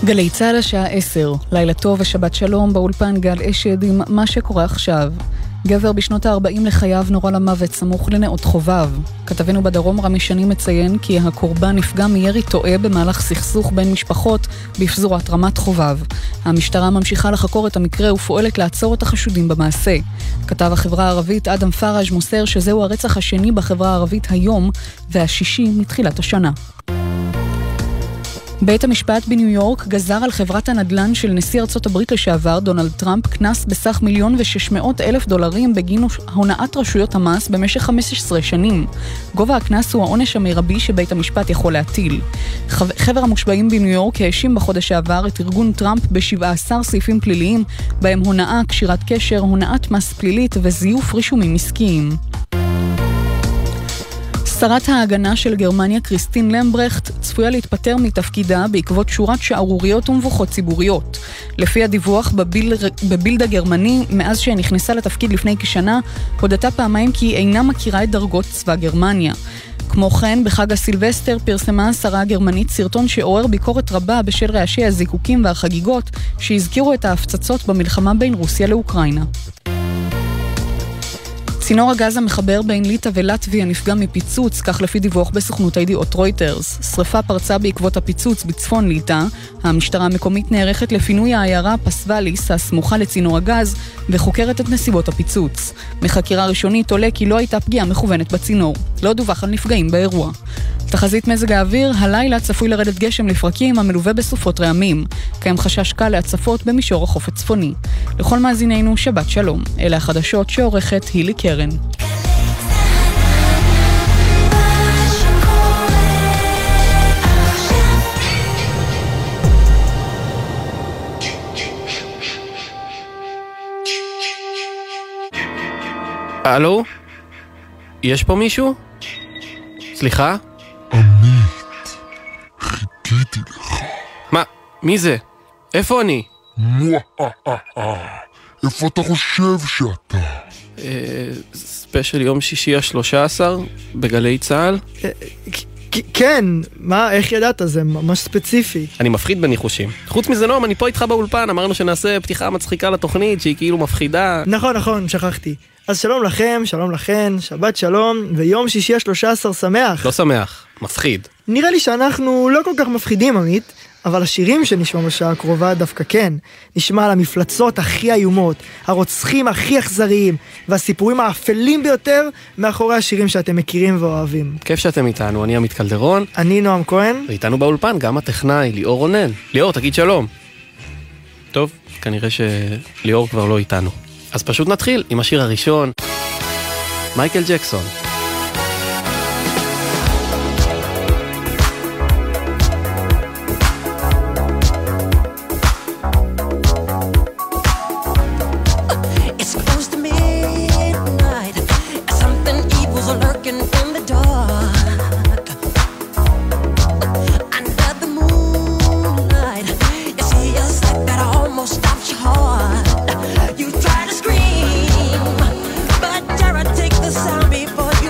גלי צהל השעה 10, לילה טוב ושבת שלום, באולפן גל אשד עם מה שקורה עכשיו. גבר בשנות ה-40 לחייו נורא למוות סמוך לנאות חובב. כתבנו בדרום רמי שני מציין כי הקורבן נפגע מירי טועה במהלך סכסוך בין משפחות בפזורת רמת חובב. המשטרה ממשיכה לחקור את המקרה ופועלת לעצור את החשודים במעשה. כתב החברה הערבית אדם פראז' מוסר שזהו הרצח השני בחברה הערבית היום והשישי מתחילת השנה. בית המשפט בניו יורק גזר על חברת הנדל"ן של נשיא ארצות הברית לשעבר דונלד טראמפ קנס בסך $1,600,000 בגין הונאת רשויות המס במשך 15 שנים. גובה הקנס הוא העונש המרבי שבית המשפט יכול להטיל. חבר המושבעים בניו יורק האשים בחודש שעבר את ארגון טראמפ ב17 סעיפים פליליים, בהם הונאה, קשירת קשר, הונאת מס פלילית וזיוף רישומים עסקיים. שרת ההגנה של גרמניה קריסטין למברכט צפויה להתפטר מתפקידה בעקבות שורת שערוריות ומבוכות ציבוריות. לפי הדיווח בבילד הגרמני, מאז שנכנסה לתפקיד לפני כשנה, הודתה פעמיים כי היא אינה מכירה את דרגות צבא גרמניה. כמו כן, בחג הסילבסטר פרסמה השרה הגרמנית סרטון שעורר ביקורת רבה בשל רעשי הזיקוקים והחגיגות שהזכירו את ההפצצות במלחמה בין רוסיה לאוקראינה. צינור הגז המחבר בין ליטא ולטביה נפגע מפיצוץ, כך לפי דיווח בסוכנות הידיעות רויטרס. שריפה פרצה בעקבות הפיצוץ בצפון ליטא. המשטרה המקומית נערכת לפינוי העיירה פסווליס הסמוכה לצינור הגז וחוקרת את נסיבות הפיצוץ. מחקירה ראשונית עולה כי לא הייתה פגיעה מכוונת בצינור. לא דווח על נפגעים באירוע. תחזית מזג האוויר, הלילה צפוי לרדת גשם לפרקים המלווה בסופות רעמים. קיים חשש קל להצפות במישור החוף הצפוני. לכל מאזינינו, שבת שלום. אלה החדשות שעורכת הילי קרן. הלו? יש פה מישהו? סליחה? עמית, חיכיתי לך. מה? מי זה? איפה אני? איפה אתה חושב שאתה? ספיישל יום שישי ה-13 בגלי צהל? כן, מה, איך ידעת? זה ממש ספציפי. אני מפחיד בניחושים. חוץ מזה נועם, אני פה איתך באולפן, אמרנו שנעשה פתיחה מצחיקה לתוכנית שהיא כאילו מפחידה. נכון, שכחתי. אז שלום לכם, שלום לכן, שבת שלום, ויום שישי ה-13 שמח. לא שמח, מפחיד. נראה לי שאנחנו לא כל כך מפחידים, עמית, אבל השירים שנשמע בשעה הקרובה דווקא כן. נשמע על המפלצות הכי איומות, הרוצחים הכי אכזריים, והסיפורים האפלים ביותר מאחורי השירים שאתם מכירים ואוהבים. כיף שאתם איתנו, אני עמית קלדרון. אני נועם כהן. ואיתנו באולפן גם הטכנאי, ליאור רונן. ליאור, תגיד שלום. טוב, כנראה שליאור כבר לא איתנו. אז פשוט נתחיל עם השיר הראשון, מייקל ג'קסון. Before you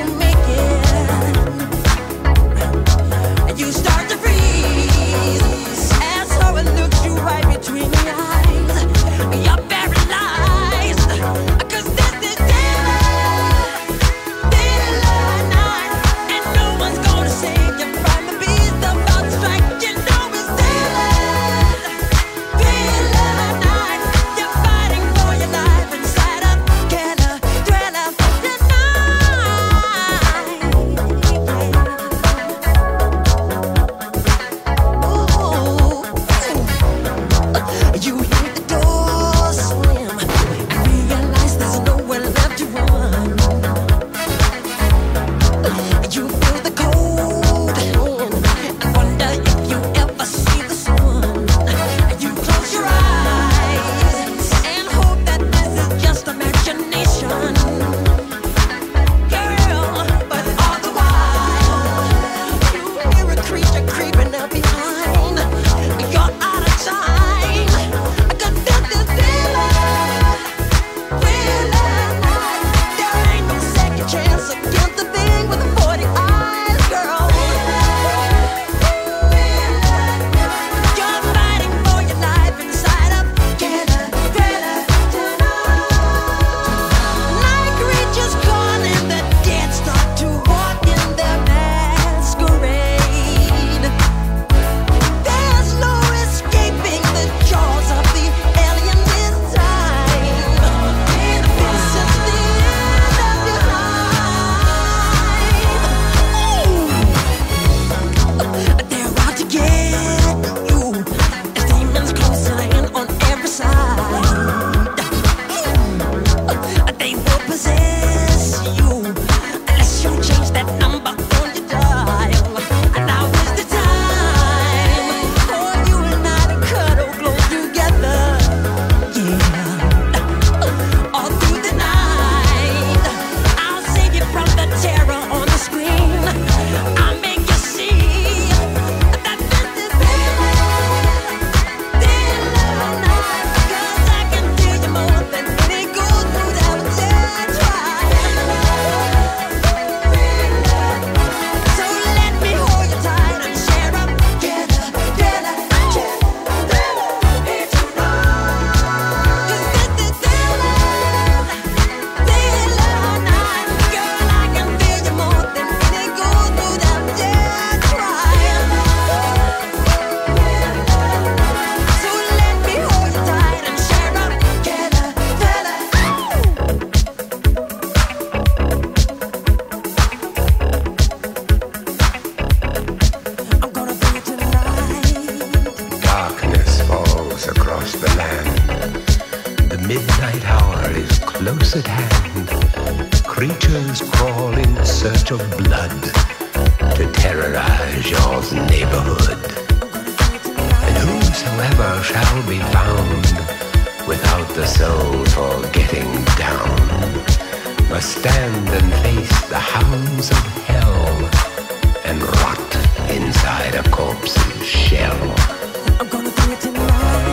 close at hand, creatures crawl in search of blood to terrorize your neighborhood. And whosoever shall be found without the soul for getting down must stand and face the hounds of hell and rot inside a corpse's shell. I'm gonna do it tonight.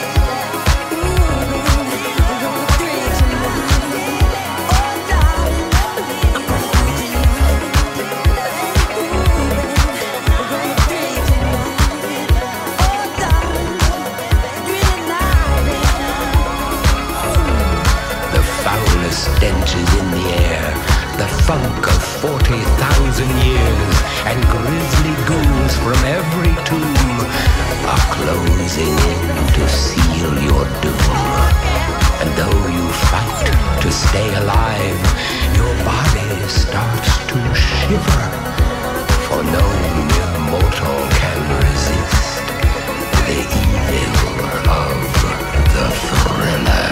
Stench is in the air, the funk of 40,000 years, and grisly ghouls from every tomb are closing in to seal your doom. And though you fight to stay alive, your body starts to shiver, for no mere mortal can resist the evil of the thriller.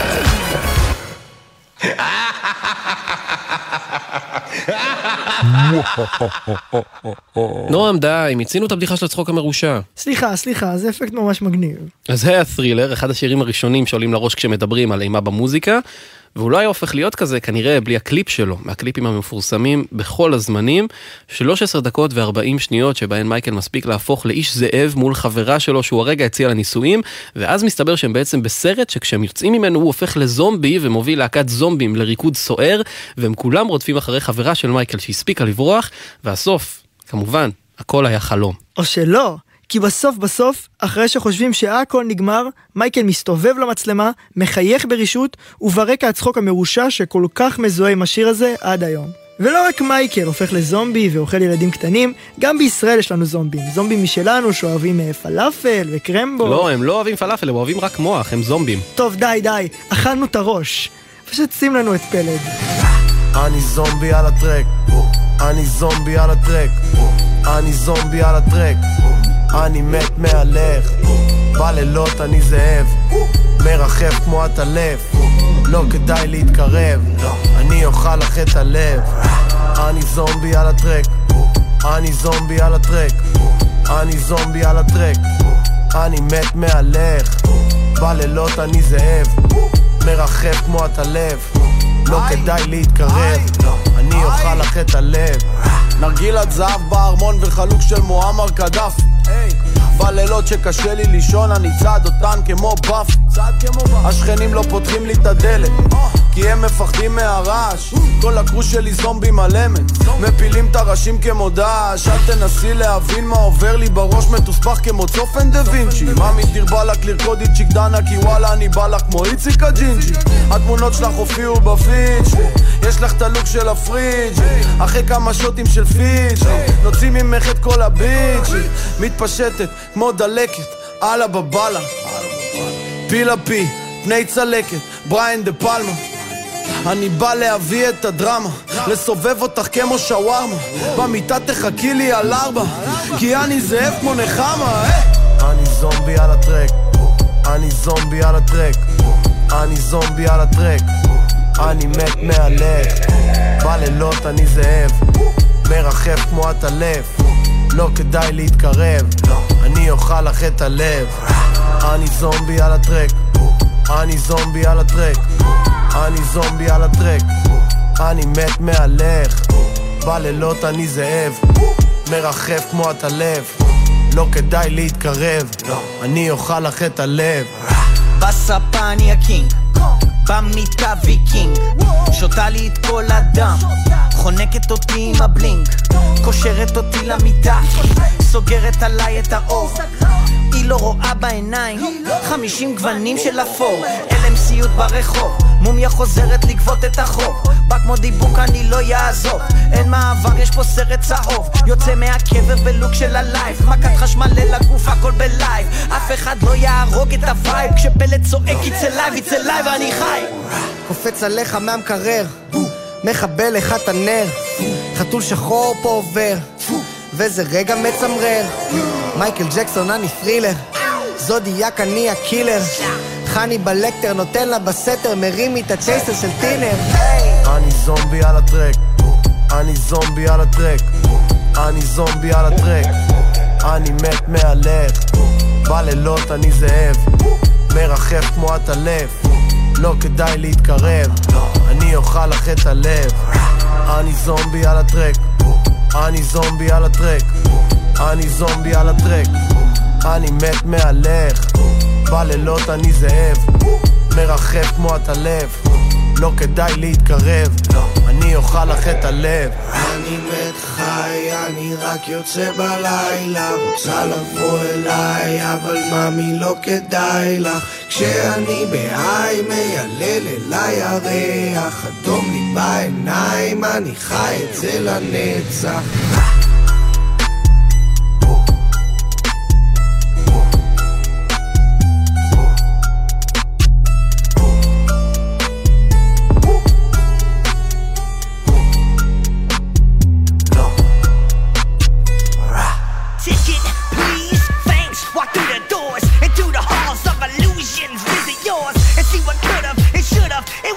נועם, די, מיצינו את הבדיחה של הצחוק המרושע. סליחה, זה אפקט ממש מגניב. אז זה היה ת'רילר, אחד השירים הראשונים שעולים לראש כשמדברים על אימה במוזיקה, והוא לא היה הופך להיות כזה כנראה בלי הקליפ שלו, מהקליפים המפורסמים בכל הזמנים, 13 דקות ו40 שניות שבהן מייקל מספיק להפוך לאיש זאב מול חברה שלו שהוא הרגע הציע לנישואים, ואז מסתבר שהם בעצם בסרט שכשהם יוצאים ממנו הוא הופך לזומבי ומוביל להקת זומבים לריקוד סוער, והם כולם רודפים אחרי חברה של מייקל שהספיקה לברוח, והסוף, כמובן, הכל היה חלום. או שלא. כי בסוף, אחרי שחושבים שהכל נגמר, מייקל מסתובב למצלמה, מחייך ברישות, וברקע הצחוק המרושע שכל כך מזוהה עם השיר הזה עד היום. ולא רק מייקל הופך לזומבי ואוכל ילדים קטנים, גם בישראל יש לנו זומבים. זומבים משלנו שאוהבים פלאפל וקרמבו. לא, הם לא אוהבים פלאפל, הם אוהבים רק מוח, הם זומבים. טוב, די, אכלנו את הראש. פשוט שים לנו את פלד. אני זומבי על הטרק, אני זומבי על הטרק, אני זומבי על הטרק, אני מת מהלך, בלילות אני זאב, מרחף כמו הטלף, לא כדאי להתקרב, אני אוכל לך את הלב. אני זומבי על הטרק, אני זומבי על הטרק, אני זומבי על הטרק, אני מת מהלך, בלילות אני זאב, מרחף כמו הטלף, לא כדאי להתקרב, אני אוכל לך את הלב. נרגילת זהב בארמון וחלוק של מועמר קדאפי, בלילות שקשה לי לישון אני צעד אותן כמו באף, השכנים לא פותחים לי את הדלת כי הם מפחדים מהרעש, כל הקרוש שלי זומבים על אמת, מפילים את הראשים כמו דש, אל תנסי להבין מה עובר לי בראש, מתוסבך כמו צופן דה וינצ'י, ממי תרבה לך לרקוד איצ'יק דנה כי וואלה אני בא לך כמו איציק הג'ינג'י, התמונות שלך הופיעו בפיץ', יש לך את הלוק של הפריג', אחרי כמה שוטים של פיץ', נוצאים ממך את כל הביץ', מתפשטת כמו דלקת, אללה בבאללה, פילה פי, פני צלקת, בריין דה פלמה, אני בא להביא את הדרמה, לסובב אותך כמו שווארמה, במיטה תחכי לי על 4, כי אני זאב כמו נחמה. אני זומבי על הטרק, אני זומבי על הטרק, אני זומבי על הטרק, אני מת מהלך, בלילות אני זאב, מרחף כמו הטלף, לא כדאי להתקרב, אני אוכל לך את הלב. אני זומבי על הטרק, אני זומבי על הטרק, אני זומבי על הטרק, אני מת מהלך, בלילות אני זאב, מרחף כמו הטלף, לא כדאי להתקרב, אני אוכל לך את הלב. בספה אני הקינג, במיטה ויקינג, שותה לי את כל הדם, חונקת אותי עם הבלינג, קושרת אותי למיטה, סוגרת עליי את האור, היא לא רואה בעיניים, 50 גוונים של אפור, אלם סיוט ברחוב, מומיה חוזרת לגבות את החוב, בא כמו דיבוק אני לא יעזוב, אין מעבר יש פה סרט צהוב, יוצא מהקבר בלוק של הלייב, מכת חשמל לגוף הכל בלייב, אף אחד לא יהרוג את הווייב, כשפלט צועק יצא לייב ואני חי, קופץ עליך מהמקרר, מחבל לך את הנר, חתול שחור פה עובר, וזה רגע מצמרר, מייקל ג'קסון אני פרילר, זודיאק אני הקילר, חני בלקטר נותן לה בסתר, מרים את הצ'ייסר של טינר. אני זומבי על הטרק, אני זומבי על הטרק, אני זומבי על הטרק, אני מת מהלך, בלילות אני זאב, מרחף כמו הטלף, לא כדאי להתקרב, אני אוכל לך את הלב. אני זומבי על הטרק, אני זומבי על הטרק, אני זומבי על הטרק, אני מת מהלך, בלילות אני זאב, מרחף כמו הטלף, לא כדאי להתקרב, אני אוכל לך את הלב. אני מת חי, אני רק יוצא בלילה, רוצה לבוא אליי, אבל ממי לא כדאי לך. כשאני בהיי מיילל אליי הריח, אדום לי בעיניים, אני חי את זה לנצח.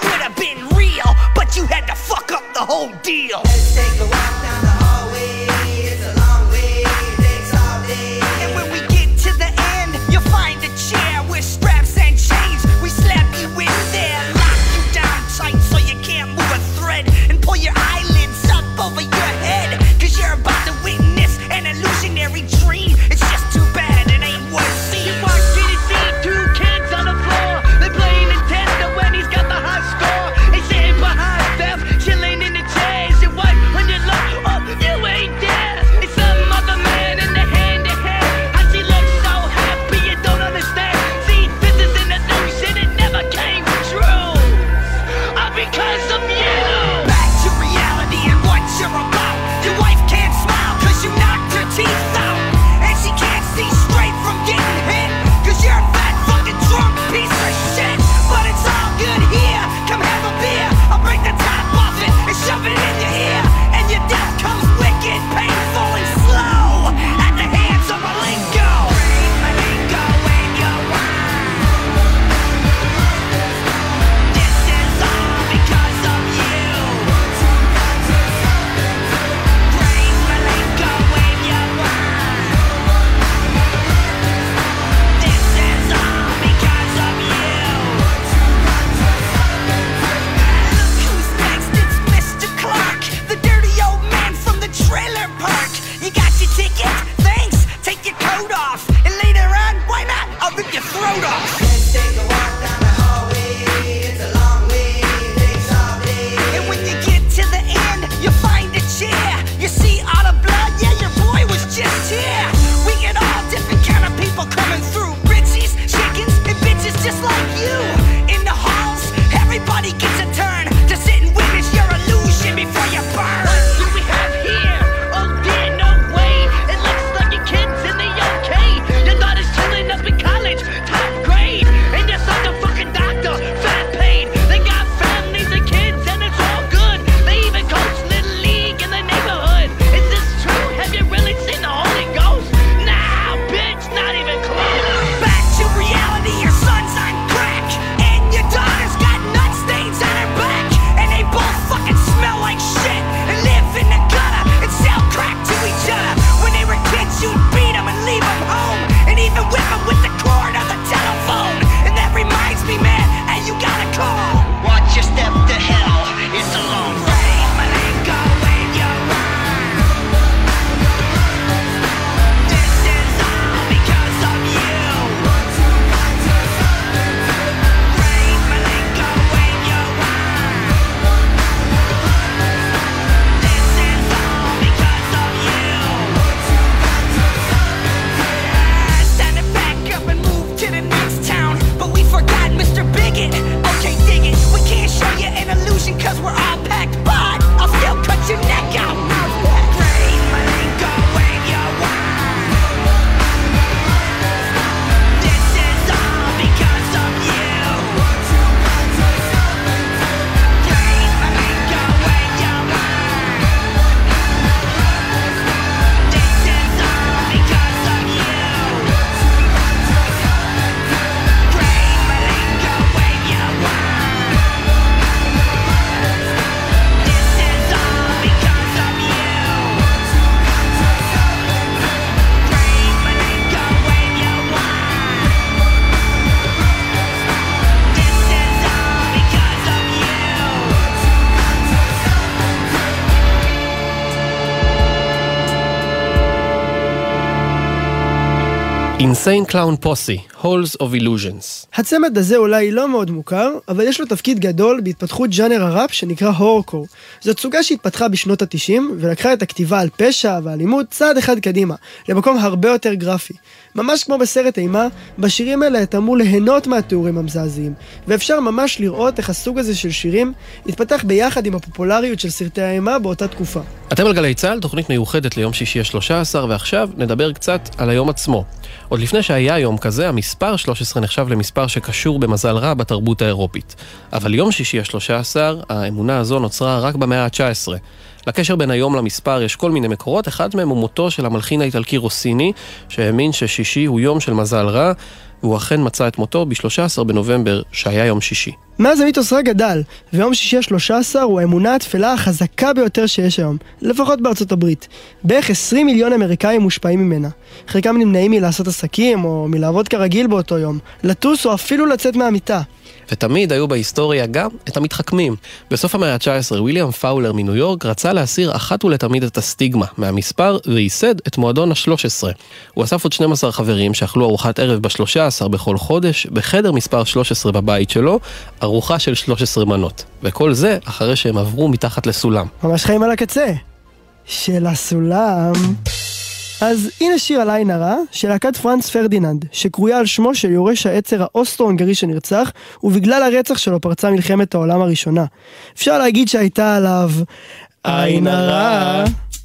Deal. Let's take a walk down the hallway. Insane Clown Posse, Halls of Illusions. הצמד הזה אולי לא מאוד מוכר, אבל יש לו תפקיד גדול בהתפתחות ז'אנר הראפ שנקרא הורקור. זאת סוגה שהתפתחה בשנות ה-90 ולקחה את הכתיבה על פשע ואלימות צעד אחד קדימה, למקום הרבה יותר גרפי. ממש כמו בסרט אימה, בשירים האלה אתה אמור ליהנות מהתיאורים המזעזעים, ואפשר ממש לראות איך הסוג הזה של שירים התפתח ביחד עם הפופולריות של סרטי האימה באותה תקופה. אתם על גלי צה"ל, תוכנית מיוחדת ליום שישי ה-13, ועכשיו נדבר קצת על היום עצמו. עוד לפני שהיה יום כזה, המספר 13 נחשב למספר שקשור במזל רע בתרבות האירופית. אבל יום שישי ה-13, האמונה הזו נוצרה רק במאה ה-19. לקשר בין היום למספר יש כל מיני מקורות, אחד מהם הוא מותו של המלחין האיטלקי רוסיני, שהאמין ששישי הוא יום של מזל רע, והוא אכן מצא את מותו ב-13 בנובמבר, שהיה יום שישי. מאז המיתוס רק גדל, ויום שישי ה-13 הוא האמונה התפלה החזקה ביותר שיש היום, לפחות בארצות הברית. בערך 20 מיליון אמריקאים מושפעים ממנה. חלקם נמנעים מלעשות עסקים, או מלעבוד כרגיל באותו יום, לטוס או אפילו לצאת מהמיטה. ותמיד היו בהיסטוריה גם את המתחכמים. בסוף המאה ה-19, וויליאם פאולר מניו יורק רצה להסיר אחת ולתמיד את הסטיגמה מהמספר וייסד את מועדון ה-13. הוא אסף עוד 12 חברים שאכלו ארוחת ערב ב-13 בכל חודש, בחדר מספר 13 בבית שלו, ארוחה של 13 מנות. וכל זה אחרי שהם עברו מתחת לסולם. ממש חיים על הקצה של הסולם. אז הנה שיר על עין הרע של להקת פרנץ פרדיננד, שקרויה על שמו של יורש העצר האוסטרו-הונגרי שנרצח, ובגלל הרצח שלו פרצה מלחמת העולם הראשונה. אפשר להגיד שהייתה עליו עין הרע.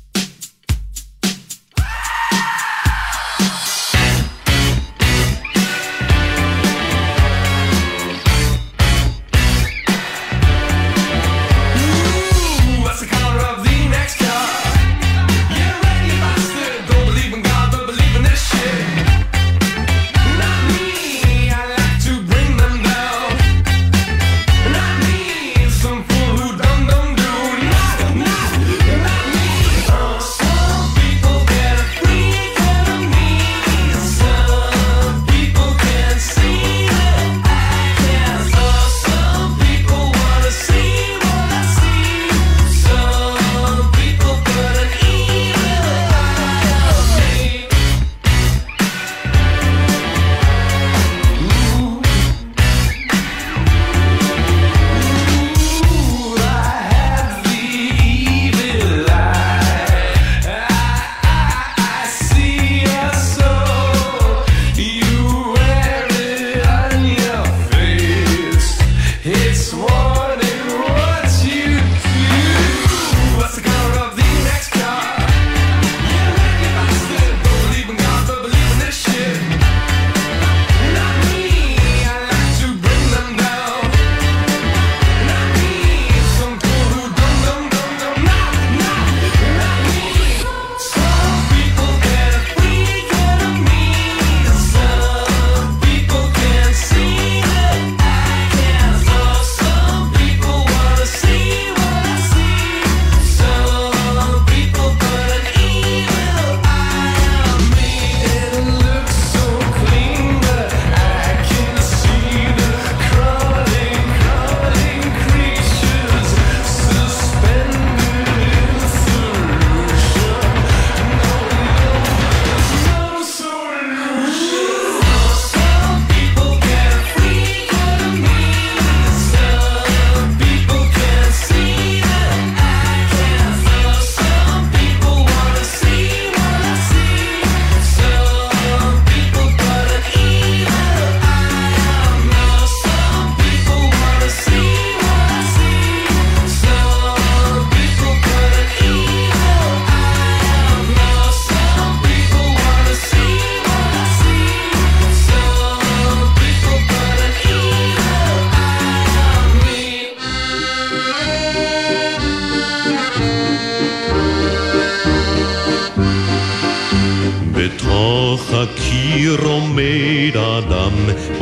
עומד אדם,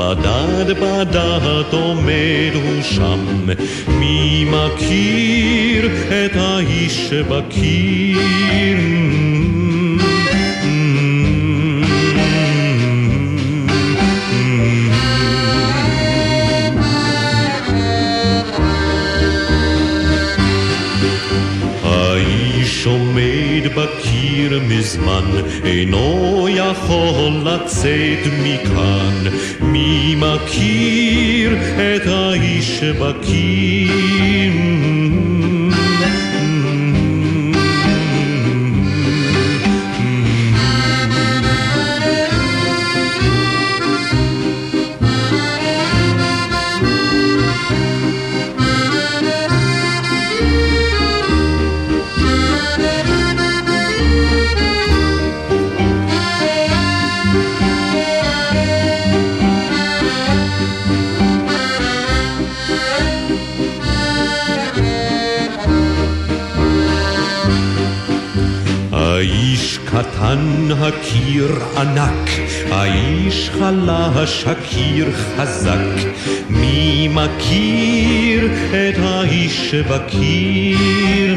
בדד בדד עומד הוא שם. מי מכיר את האיש שבקיר? האיש עומד בקיר הקיר מזמן אינו יכול לצאת מכאן. מי מכיר את האיש שבקיר? האיש קטן, הקיר ענק, האיש חלש, הקיר חזק. מי מכיר את האיש שבקיר?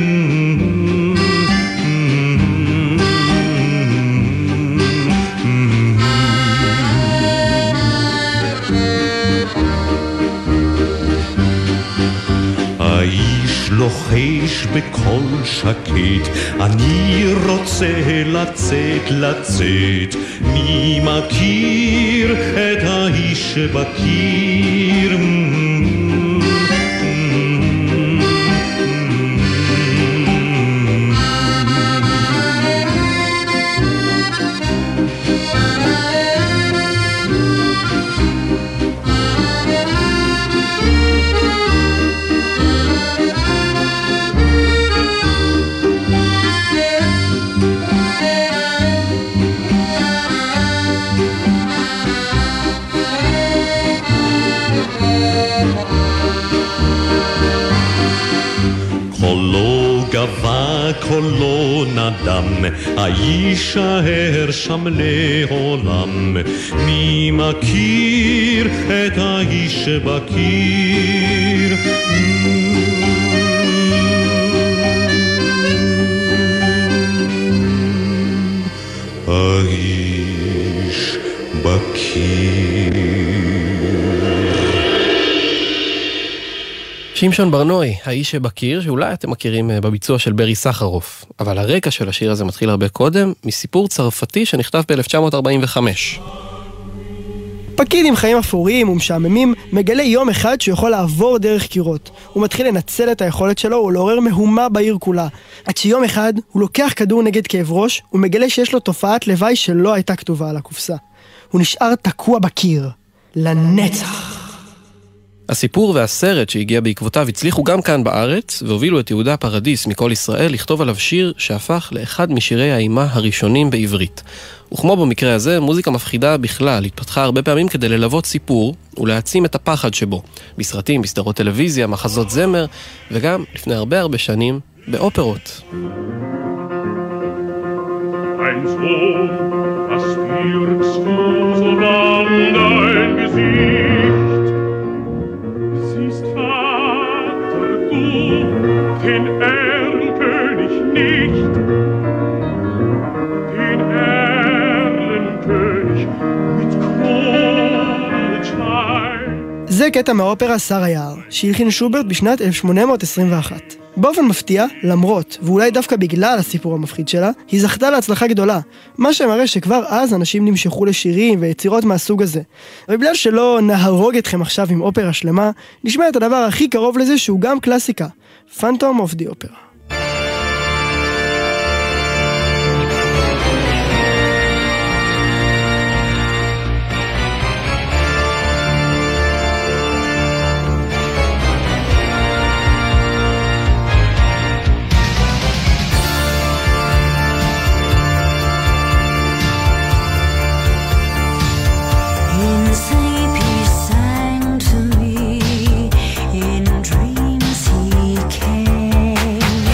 האיש לוחש בקול שקט, אני רוצה לצאת. מי מכיר את האיש שבקיר? גבה קולו נדם, הישאר שם לעולם. מי מכיר את האיש שבקיר? האיש בקיר. שמשון ברנועי, האיש שבקיר, שאולי אתם מכירים בביצוע של ברי סחרוף, אבל הרקע של השיר הזה מתחיל הרבה קודם, מסיפור צרפתי שנכתב ב-1945. פקיד עם חיים אפורים ומשעממים מגלה יום אחד שהוא יכול לעבור דרך קירות. הוא מתחיל לנצל את היכולת שלו ולעורר מהומה בעיר כולה. עד שיום אחד הוא לוקח כדור נגד כאב ראש ומגלה שיש לו תופעת לוואי שלא הייתה כתובה על הקופסה. הוא נשאר תקוע בקיר. לנצח. הסיפור והסרט שהגיע בעקבותיו הצליחו גם כאן בארץ, והובילו את יהודה פרדיס מכל ישראל לכתוב עליו שיר שהפך לאחד משירי האימה הראשונים בעברית. וכמו במקרה הזה, מוזיקה מפחידה בכלל התפתחה הרבה פעמים כדי ללוות סיפור ולהעצים את הפחד שבו. בסרטים, בסדרות טלוויזיה, מחזות זמר, וגם לפני הרבה שנים באופרות. Ein Sohn, was birgst du so lang dein Gesicht? Siehst, Vater, du den Erlenkönig nicht, den Erlenkönig mit Kronenschein. זה קטע מהאופרה שר היער, שהלחין שוברט בשנת 1821. באופן מפתיע, למרות, ואולי דווקא בגלל הסיפור המפחיד שלה, היא זכתה להצלחה גדולה, מה שמראה שכבר אז אנשים נמשכו לשירים ויצירות מהסוג הזה. ובגלל שלא נהרוג אתכם עכשיו עם אופרה שלמה, נשמע את הדבר הכי קרוב לזה שהוא גם קלאסיקה, Phantom of the Opera. Dreams he came.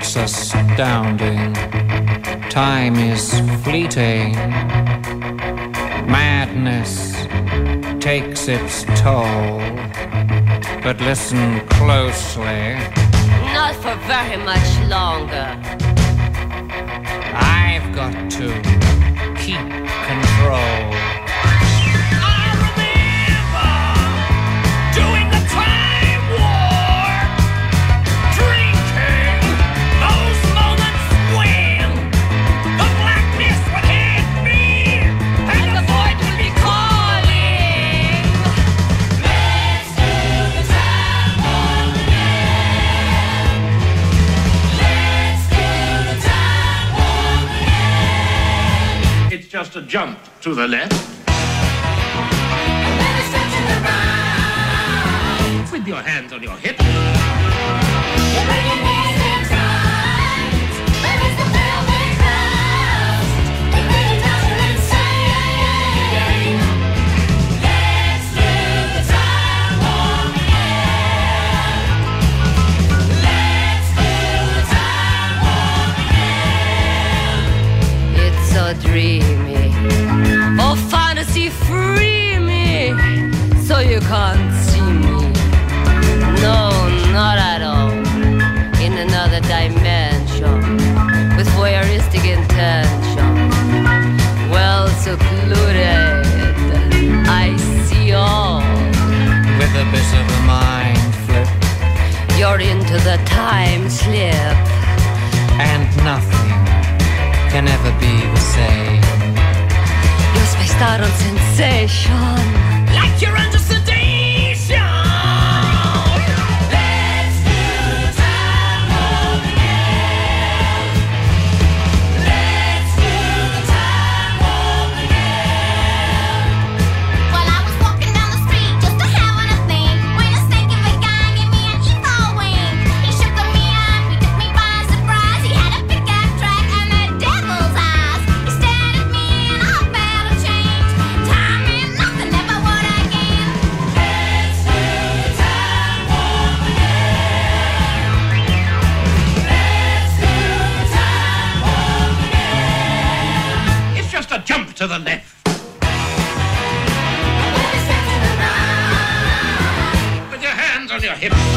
looks astounding. Time is fleeting. Madness takes its toll. But listen closely. Not for very much longer. I've got to keep control. I remember doing the time war, drinking those moments when the blackness would hit me and the void would be calling. Let's do the time war again. Let's do the time war again. It's just a jump to the left. With your hands on your hips. It's so dreamy. Oh, fantasy, free me, so you can't see me. No, not at all. In another dimension, with voyeuristic intention, well secluded, I see all. With a bit of a mind flip. You're into the time slip. And nothing can ever be the same. You're spaced out on sensation, Like you're under sedation. Let's do the time war again. Let's do the time war again. Well, I was walking down the street just to having a thing when a stinking big guy gave me an evil wink. He shook me up, he took me by surprise. He had a pickup truck and the devil's eyes. He stared at me and I felt a change. Time and nothing ever would again. Let's do the time war again. Let's do the time war again. It's just a jump to the left. With your hands on your hips.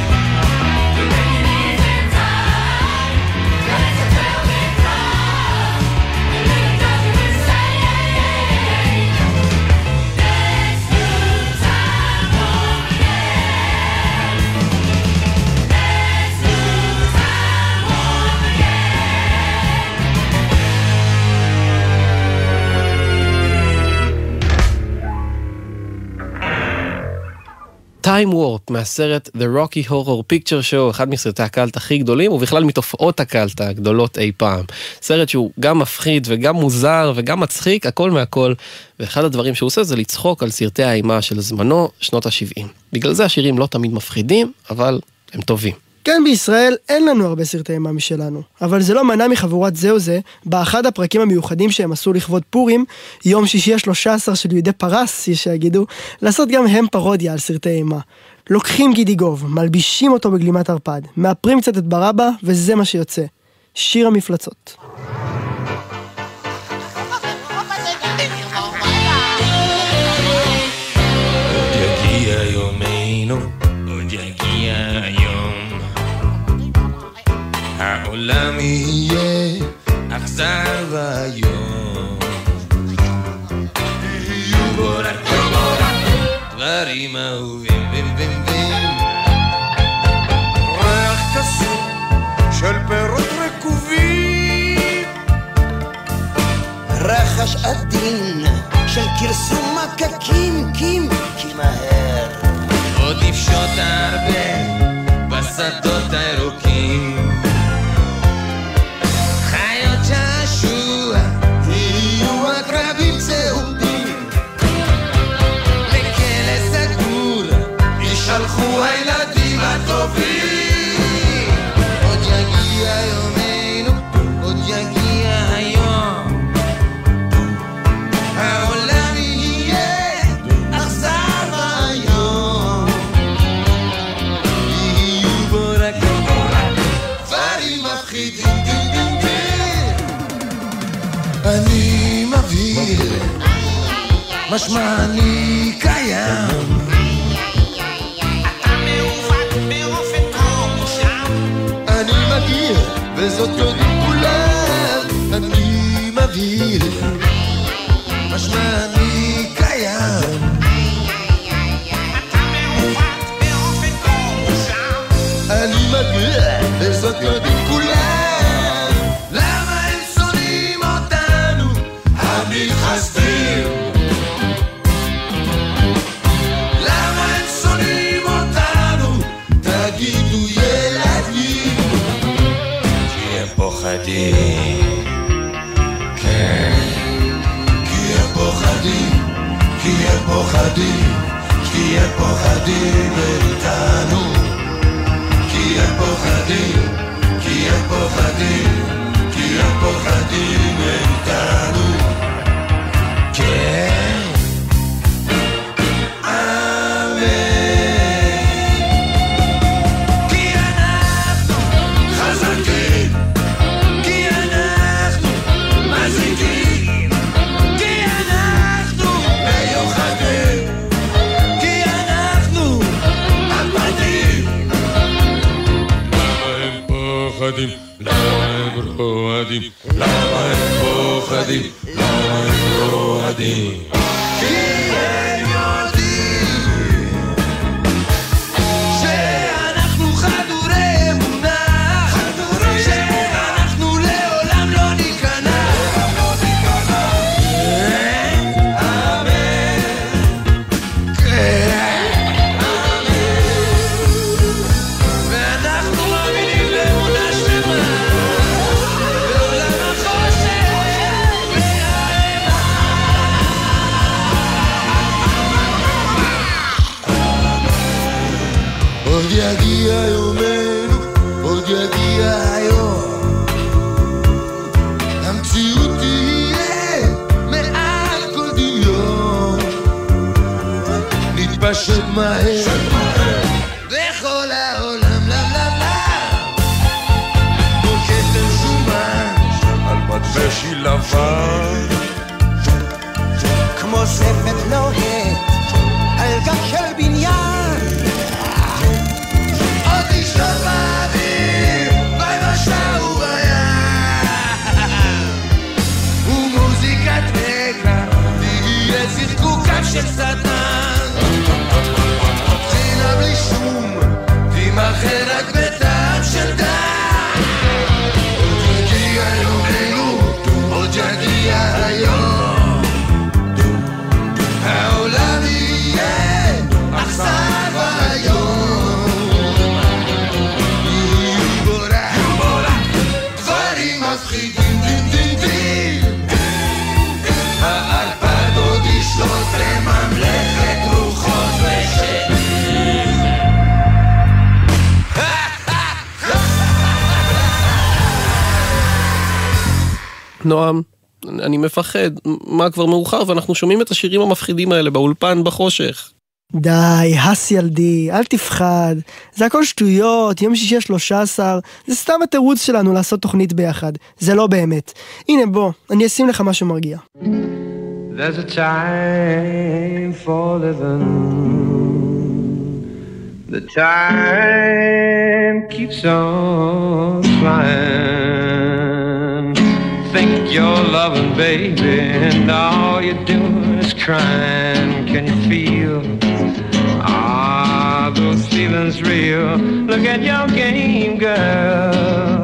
Time Warp מהסרט The Rocky Horror Picture Show, אחד מסרטי הקלט הכי גדולים ובכלל מתופעות הקלט הגדולות אי פעם. סרט שהוא גם מפחיד וגם מוזר וגם מצחיק, הכל מהכל, ואחד הדברים שהוא עושה זה לצחוק על סרטי האימה של זמנו, שנות ה-70. בגלל זה השירים לא תמיד מפחידים, אבל הם טובים. כן, בישראל אין לנו הרבה סרטי אימה משלנו, אבל זה לא מנע מחבורת זהו זה, באחד הפרקים המיוחדים שהם עשו לכבוד פורים, יום שישי ה-13 של יהודי פרס, יש שיגידו, לעשות גם הם פרודיה על סרטי אימה. לוקחים גידיגוב, מלבישים אותו בגלימת ערפד, מאפרים קצת את ברבא, וזה מה שיוצא. שיר המפלצות. יגיע יומנו, עוד יגיע היום, העולם יהיה אכזר והיום, יהיו בו רק דברים אהובים ריח קסום של פירות רקובים, רחש עדין של קרסום מקקים, כי מהר עוד נפשוט הרבה בשדות הירוקים, חיות שעשוע יהיו עקרבים צהובים, לכלא סגור ישלחו הילדים הטובים, עוד יגיע יומנו, עוד יגיע היום, העולם יהיה אכזר והיום, יהיו בו רק דברים מפחידים משמע אני קיים. אני מגיע, וזאת יודעים כולם, אני מבהיר, משמע אני קיים. אני מגיע, וזאת יודעים כולם, למה הם שונאים אותנו, המתחסדים? למה הם שונאים אותנו, תגידו ילדים? כי הם פוחדים, כן, כי הם פוחדים, כי הם פוחדים, כי הם פוחדים מאיתנו. כי הם פוחדים, כי הם פוחדים, כי הם פוחדים מאיתנו. כן, אמן. כי אנחנו חזקים, כי אנחנו מזיקים, כי אנחנו מיוחדים, כי אנחנו עבדים. למה הם רועדים? למה הם פוחדים? למה הם רועדים? כי הם יודעים שאנחנו חדורי אמונה, שאנחנו לעולם לא ניכנע. אמן, כן, ואנחנו מאמינים לאמונה שלמה. עוד יגיע יומנו, עוד יגיע היום, המציאות תהיה מעל כל דמיון, נתפשט מהר בכל העולם, כמו כתר שומן על מדבשי לבן, כמו ספת לוהט על גג של בניין, עוד לשלוט באוויר, ביבשה ובים, ומוזיקת רקע תהיה צחקוקם של שטן, צינה בלי שום, תימחר רק בטעם של דם. עוד יגיע יומנו, עוד יגיע היום, העולם יהיה אכזר והיום. מפחידים דים דים דים, הערפד עוד ישלוט לממלכת רוחות ושדים. נועם, אני מפחד, מה כבר מאוחר ואנחנו שומעים את השירים המפחידים האלה באולפן בחושך. די, הס ילדי, אל תפחד, זה הכל שטויות, יום שישי 13, זה סתם התירוץ שלנו לעשות תוכנית ביחד, זה לא באמת. הנה בוא, אני אשים לך משהו מרגיע. There's a time for living, the time keeps on flying, think you're loving baby and all you're doing is crying, can you feel those feelings real? Look at your game, girl.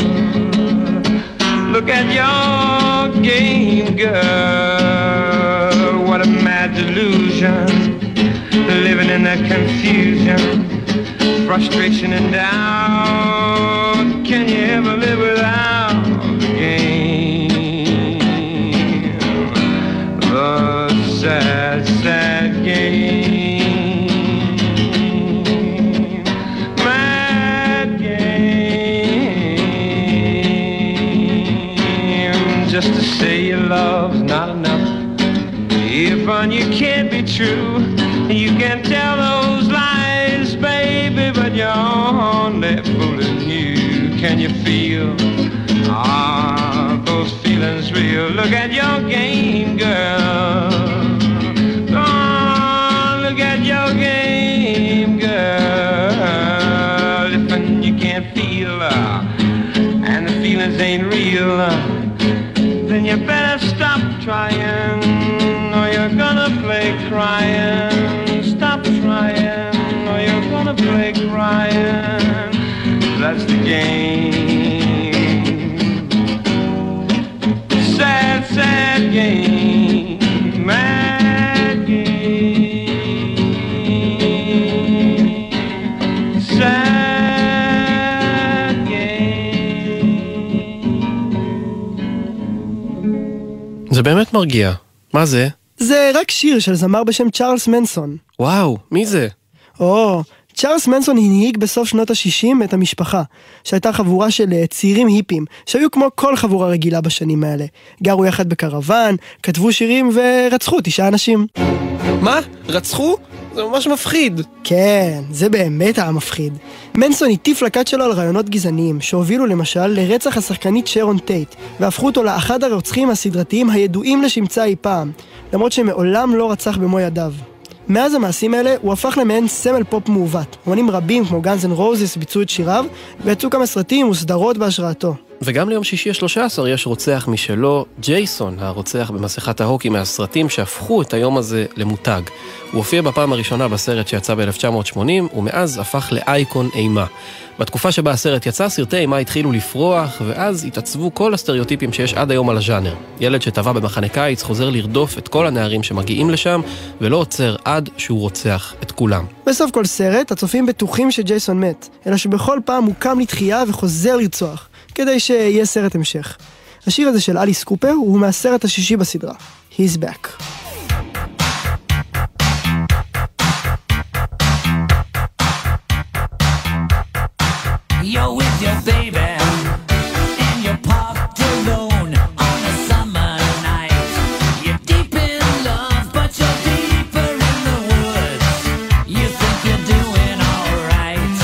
Look at your game, girl. What a mad delusion, living in that confusion, frustration and doubt. Can you ever live without the game? The sad, sad game. Just to say your love's not enough. If on you can't be true, you can tell those lies, baby, but you're only fooling you. Can you feel those feelings real? Look at your game, girl. happiness ain't real, then you better stop trying, or you're gonna play crying. Stop trying, or you're gonna play crying. That's the game. Sad, sad game. Mad game. Sad game. זה באמת מרגיע. מה זה? זה רק שיר של זמר בשם צ'ארלס מנסון. וואו, מי זה? צ'ארלס מנסון הנהיג בסוף שנות ה-60 את המשפחה, שהייתה חבורה של צעירים היפים, שהיו כמו כל חבורה רגילה בשנים האלה. גרו יחד בקרוון, כתבו שירים ורצחו 9 אנשים. מה? רצחו? זה ממש מפחיד. כן, זה באמת היה מפחיד. מנסון הטיף לכת שלו על רעיונות גזעניים, שהובילו למשל לרצח השחקנית שרון טייט, והפכו אותו לאחד הרוצחים הסדרתיים הידועים לשמצה אי פעם, למרות שמעולם לא רצח במו ידיו. מאז המעשים האלה הוא הפך למעין סמל פופ מעוות. אומנים רבים כמו גאנז אנד רוזס ביצעו את שיריו, ויצאו כמה סרטים וסדרות בהשראתו. וגם ליום שישי ה-13 יש רוצח משלו, ג'ייסון, הרוצח במסכת ההוקי מהסרטים שהפכו את היום הזה למותג. הוא הופיע בפעם הראשונה בסרט שיצא ב-1980, ומאז הפך לאייקון אימה. בתקופה שבה הסרט יצא, סרטי אימה התחילו לפרוח, ואז התעצבו כל הסטריאוטיפים שיש עד היום על הז'אנר. ילד שטבע במחנה קיץ חוזר לרדוף את כל הנערים שמגיעים לשם, ולא עוצר עד שהוא רוצח את כולם. בסוף כל סרט, הצופים בטוחים שג'ייסון מת, אלא שבכל פעם הוא קם לתחייה וחוזר לרצוח, כדי שיהיה סרט המשך. השיר הזה של אליס קופר הוא מהסרט השישי בסדרה, He's Back. You're with your baby, and you're parked alone on a summer night. You're deep in love, but you're deeper in the woods. You think you're doing alright.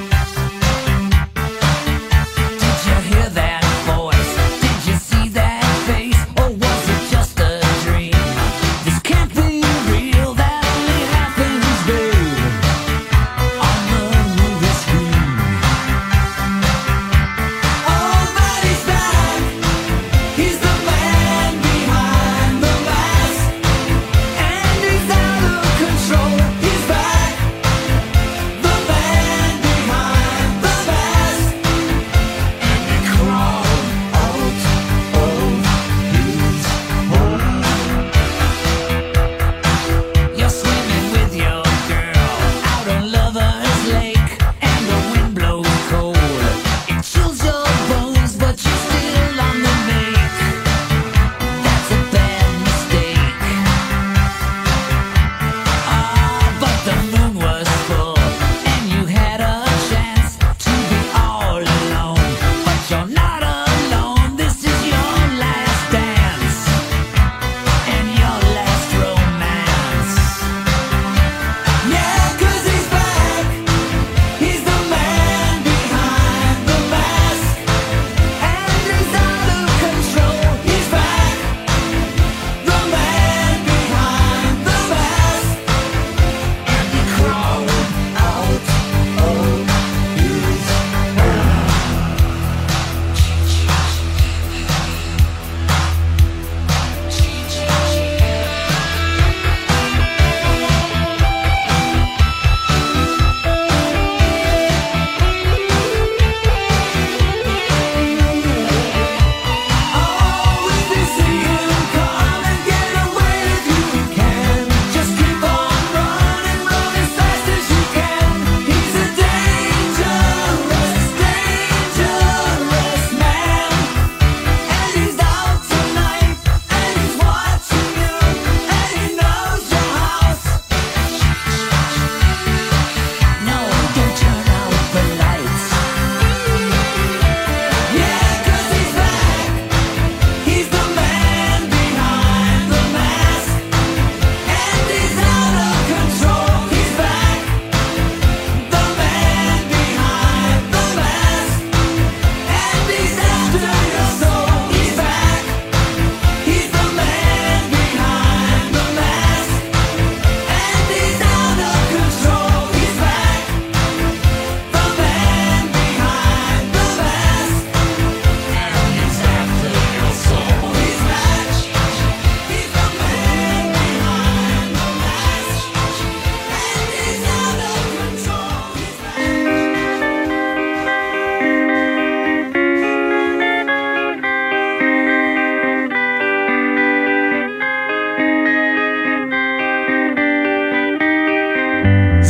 Did you hear that voice? Did you see that face? Or was it just a dream? This can't be real, that only happens, babe, on the movie screen.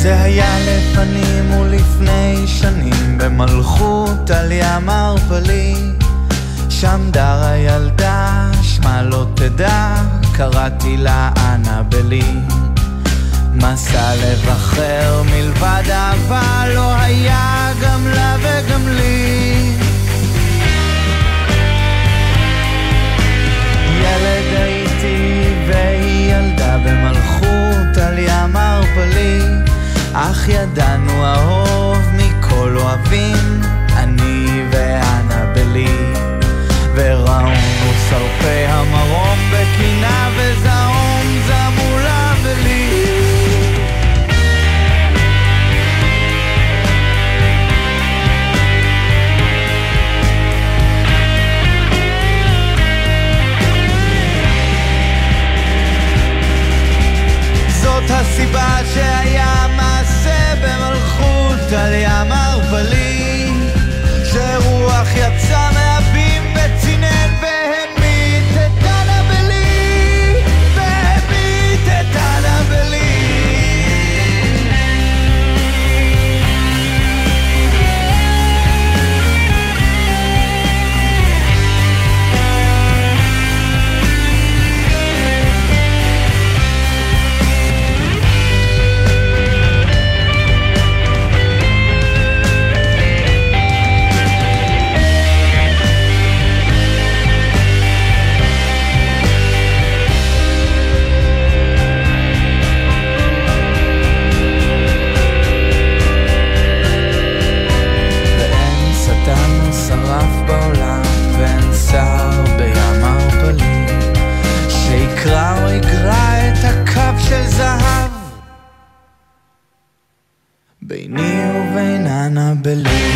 זה היה לפנים ולפני שנים במלכות על ים ערפלי, שם דרה ילדה שמה לא תדע, קראתי לה אנבלי. מסע לב אחר מלבד אהבה לא היה גם לה וגם לי. ילד הייתי והיא ילדה במלכות על ים ערפלי, אך ידענו אהוב מכל אוהבים, אני ואנבלי. וראונו שרפי המרום בקינה וזעום זמו לה ולי. זאת הסיבה שהיה מעשה במלכות על ים ערפלי, שרוח יצא מהבים וצינן והמית את אנבלי, והמית את אנבלי. ביני ובין אנבלי.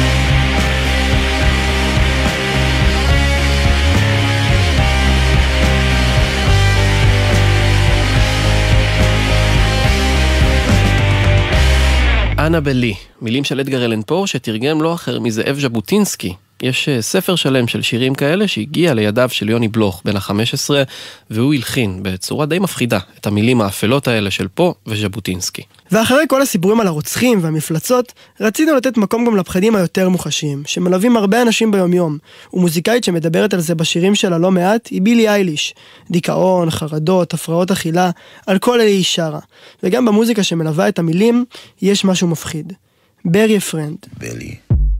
אנבלי, מילים של אדגר אלן פו שתרגם לא אחר מזאב ז'בוטינסקי. יש ספר שלם של שירים כאלה שהגיע לידיו של יוני בלוך בן ה-15, והוא הלחין בצורה די מפחידה את המילים האפלות האלה של פו וז'בוטינסקי. ואחרי כל הסיפורים על הרוצחים והמפלצות, רצינו לתת מקום גם לפחדים היותר מוחשיים, שמלווים הרבה אנשים ביומיום, ומוזיקאית שמדברת על זה בשירים שלה לא מעט היא בילי אייליש. דיכאון, חרדות, הפרעות אכילה, על כל אלה היא שרה. וגם במוזיקה שמלווה את המילים יש משהו מפחיד. Bury a friend. בילי.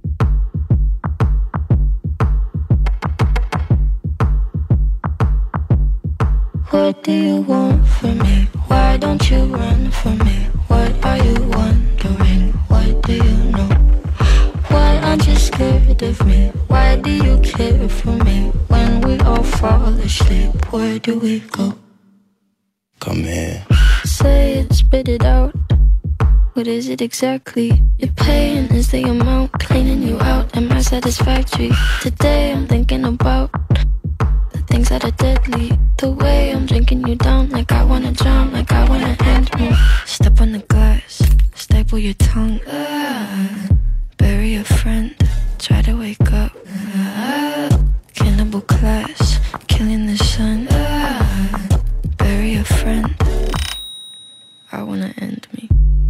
What do you want from me? Why don't you run from me? What are you wondering? What do you know? Why aren't you scared of me? Why do you care for me? When we all fall asleep, where do we go? Come here. Say it, spit it out. What is it exactly? Your pain is the amount cleaning you out. Am I satisfactory? Today I'm thinking about things that are deadly. The way I'm drinking you down, like I wanna drown, like I wanna end me. Step on the glass, staple your tongue. Bury a friend, try to wake up. Cannibal class, killing the sun. Bury a friend, I wanna end me.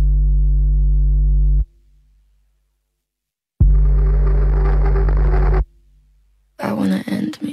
I wanna end me.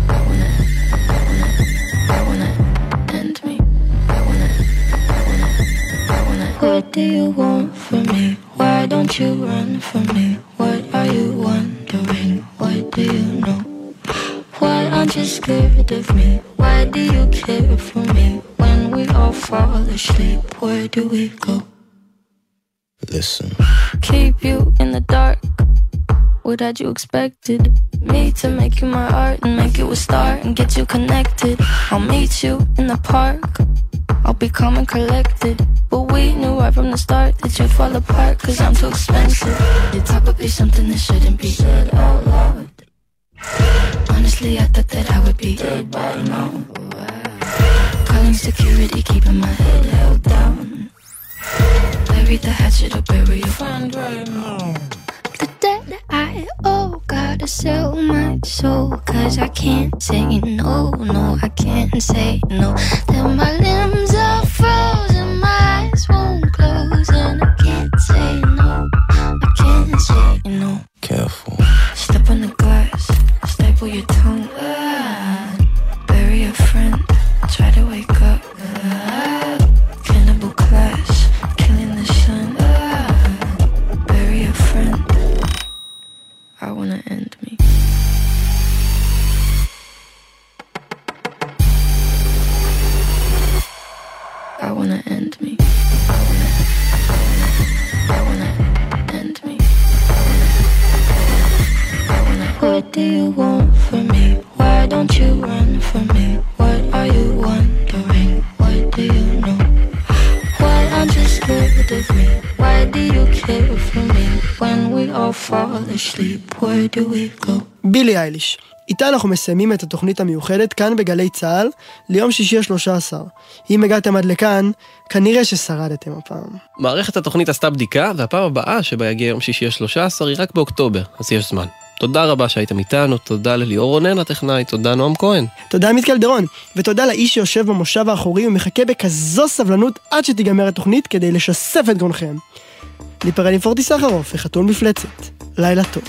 What do you want from me? Why don't you run from me? What are you wondering? What do you know? Why aren't you scared of me? Why do you care for me? When we all fall asleep, where do we go? Listen. Keep you in the dark. What had you expected? Me to make you my art and make you a star and get you connected. I'll meet you in the park. I'll be calm and collected. But we knew right from the start that you'd fall apart, cause I'm too expensive. It's probably something that shouldn't be said out loud. Honestly, I thought that I would be dead by now. Calling security, keeping my head held down. Bury the hatchet or bury your friend right now. The debt I owe, gotta sell my soul, cause I can't say no, no, I can't say no. Then my limbs are frozen, my eyes won't close, and I can't do you want from me? Why don't you run from me? What are you wondering? What do you know? Why aren't you scared of me? Why do you care for me? When we all fall asleep, where do we go? בילי אייליש. איתה אנחנו מסיימים את התוכנית המיוחדת כאן בגלי צהל ליום שישי 13. אם הגעתם עד לכאן, כנראה ששרדתם הפעם. מערכת התוכנית עשתה בדיקה, והפעם הבאה שבה יגיע יום שישי 13 היא רק באוקטובר, אז יש זמן. תודה רבה שהייתם איתנו, תודה לליאור רונן הטכנאי, תודה נועם כהן. תודה עמית קלדרון, ותודה לאיש שיושב במושב האחורי ומחכה בכזו סבלנות עד שתיגמר התוכנית כדי לשסף את גרונכם. ניפרד עם פורטי סחרוף וחתול מפלצת. לילה טוב.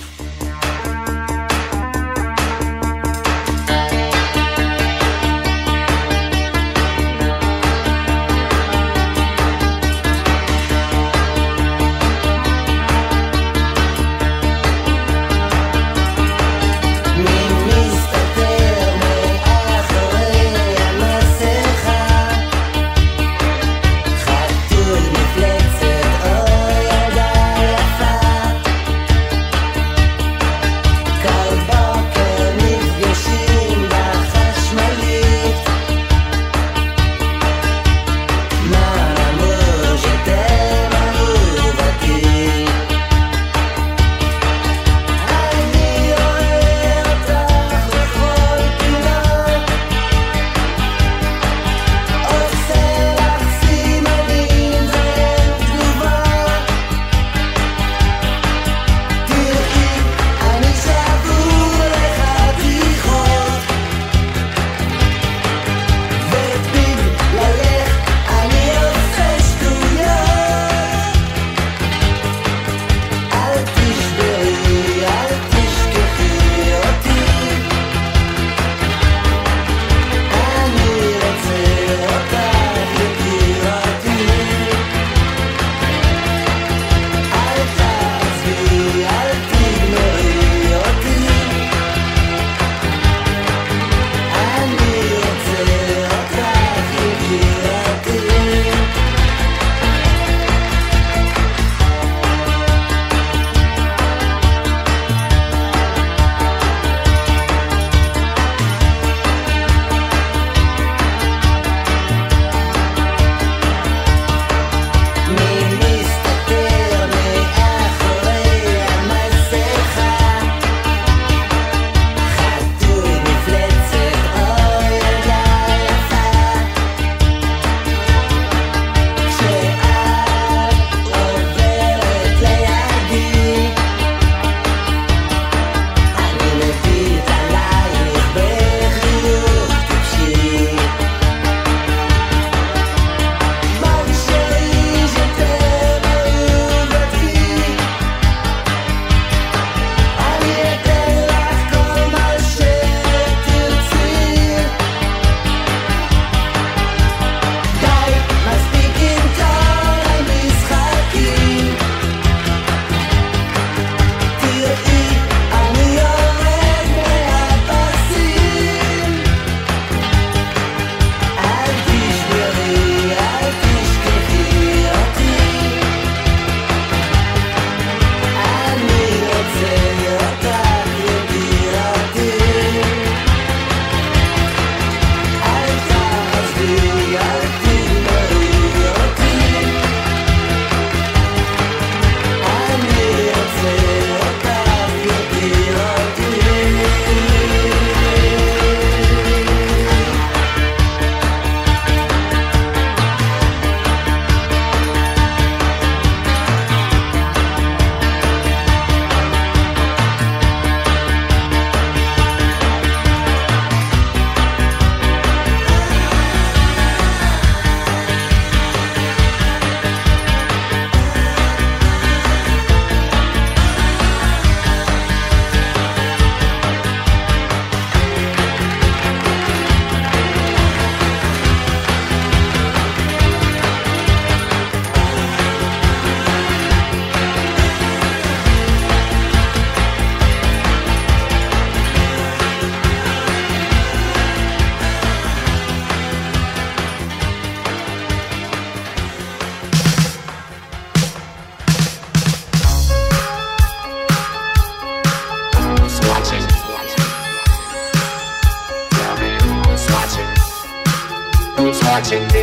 watching me.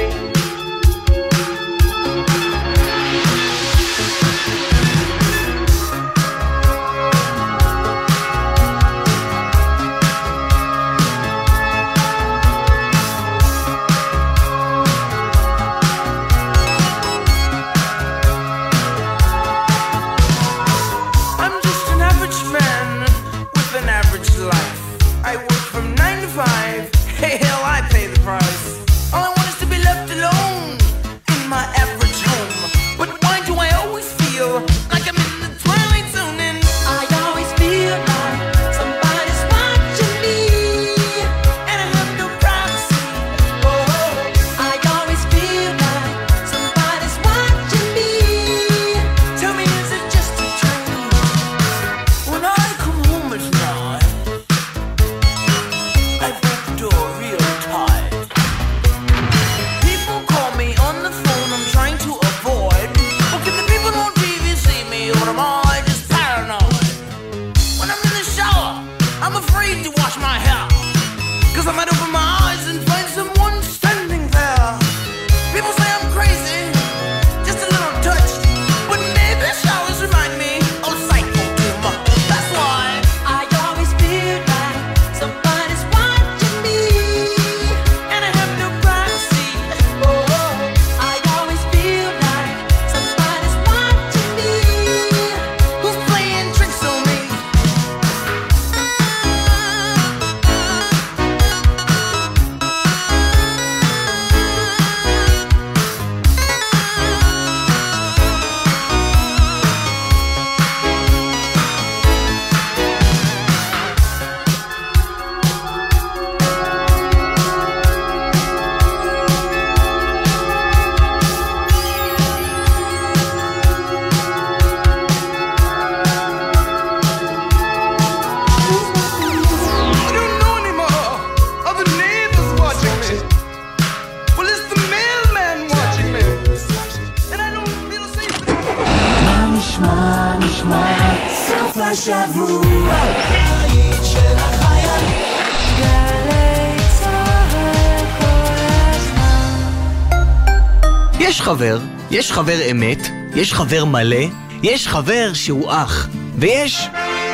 יש חבר אמת, יש חבר מלא, יש חבר שהוא אח, ויש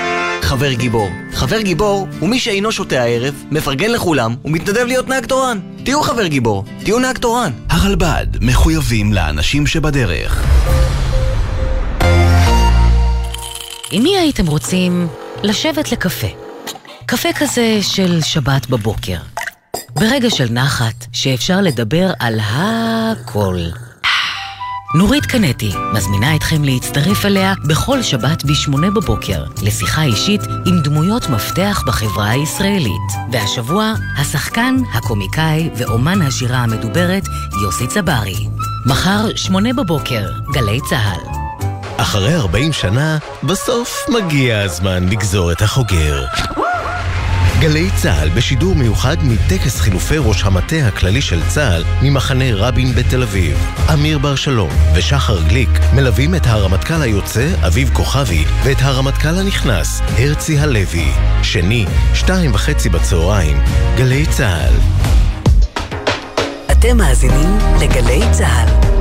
חבר גיבור. חבר גיבור הוא מי שאינו שותה הערב, מפרגן לכולם ומתנדב להיות נהג תורן. תהיו חבר גיבור, תהיו נהג תורן. הרלב"ד מחויבים לאנשים שבדרך. עם מי הייתם רוצים לשבת לקפה? קפה כזה של שבת בבוקר. ברגע של נחת שאפשר לדבר על הכל. נורית קנטי מזמינה אתכם להצטרף אליה בכל שבת ב8 בבוקר לשיחה אישית עם דמויות מפתח בחברה הישראלית. והשבוע השחקן, הקומיקאי ואומן השירה המדוברת יוסי צברי. מחר 8 בבוקר, גלי צהל. אחרי 40 שנה, בסוף מגיע הזמן לגזור את החוגר. גלי צהל בשידור מיוחד מטקס חילופי ראש המטה הכללי של צהל ממחנה רבין בתל אביב. אמיר בר שלום ושחר גליק מלווים את הרמטכ"ל היוצא אביב כוכבי ואת הרמטכ"ל הנכנס הרצי הלוי. שני, 2:30 בצהריים, גלי צהל. אתם מאזינים לגלי צהל.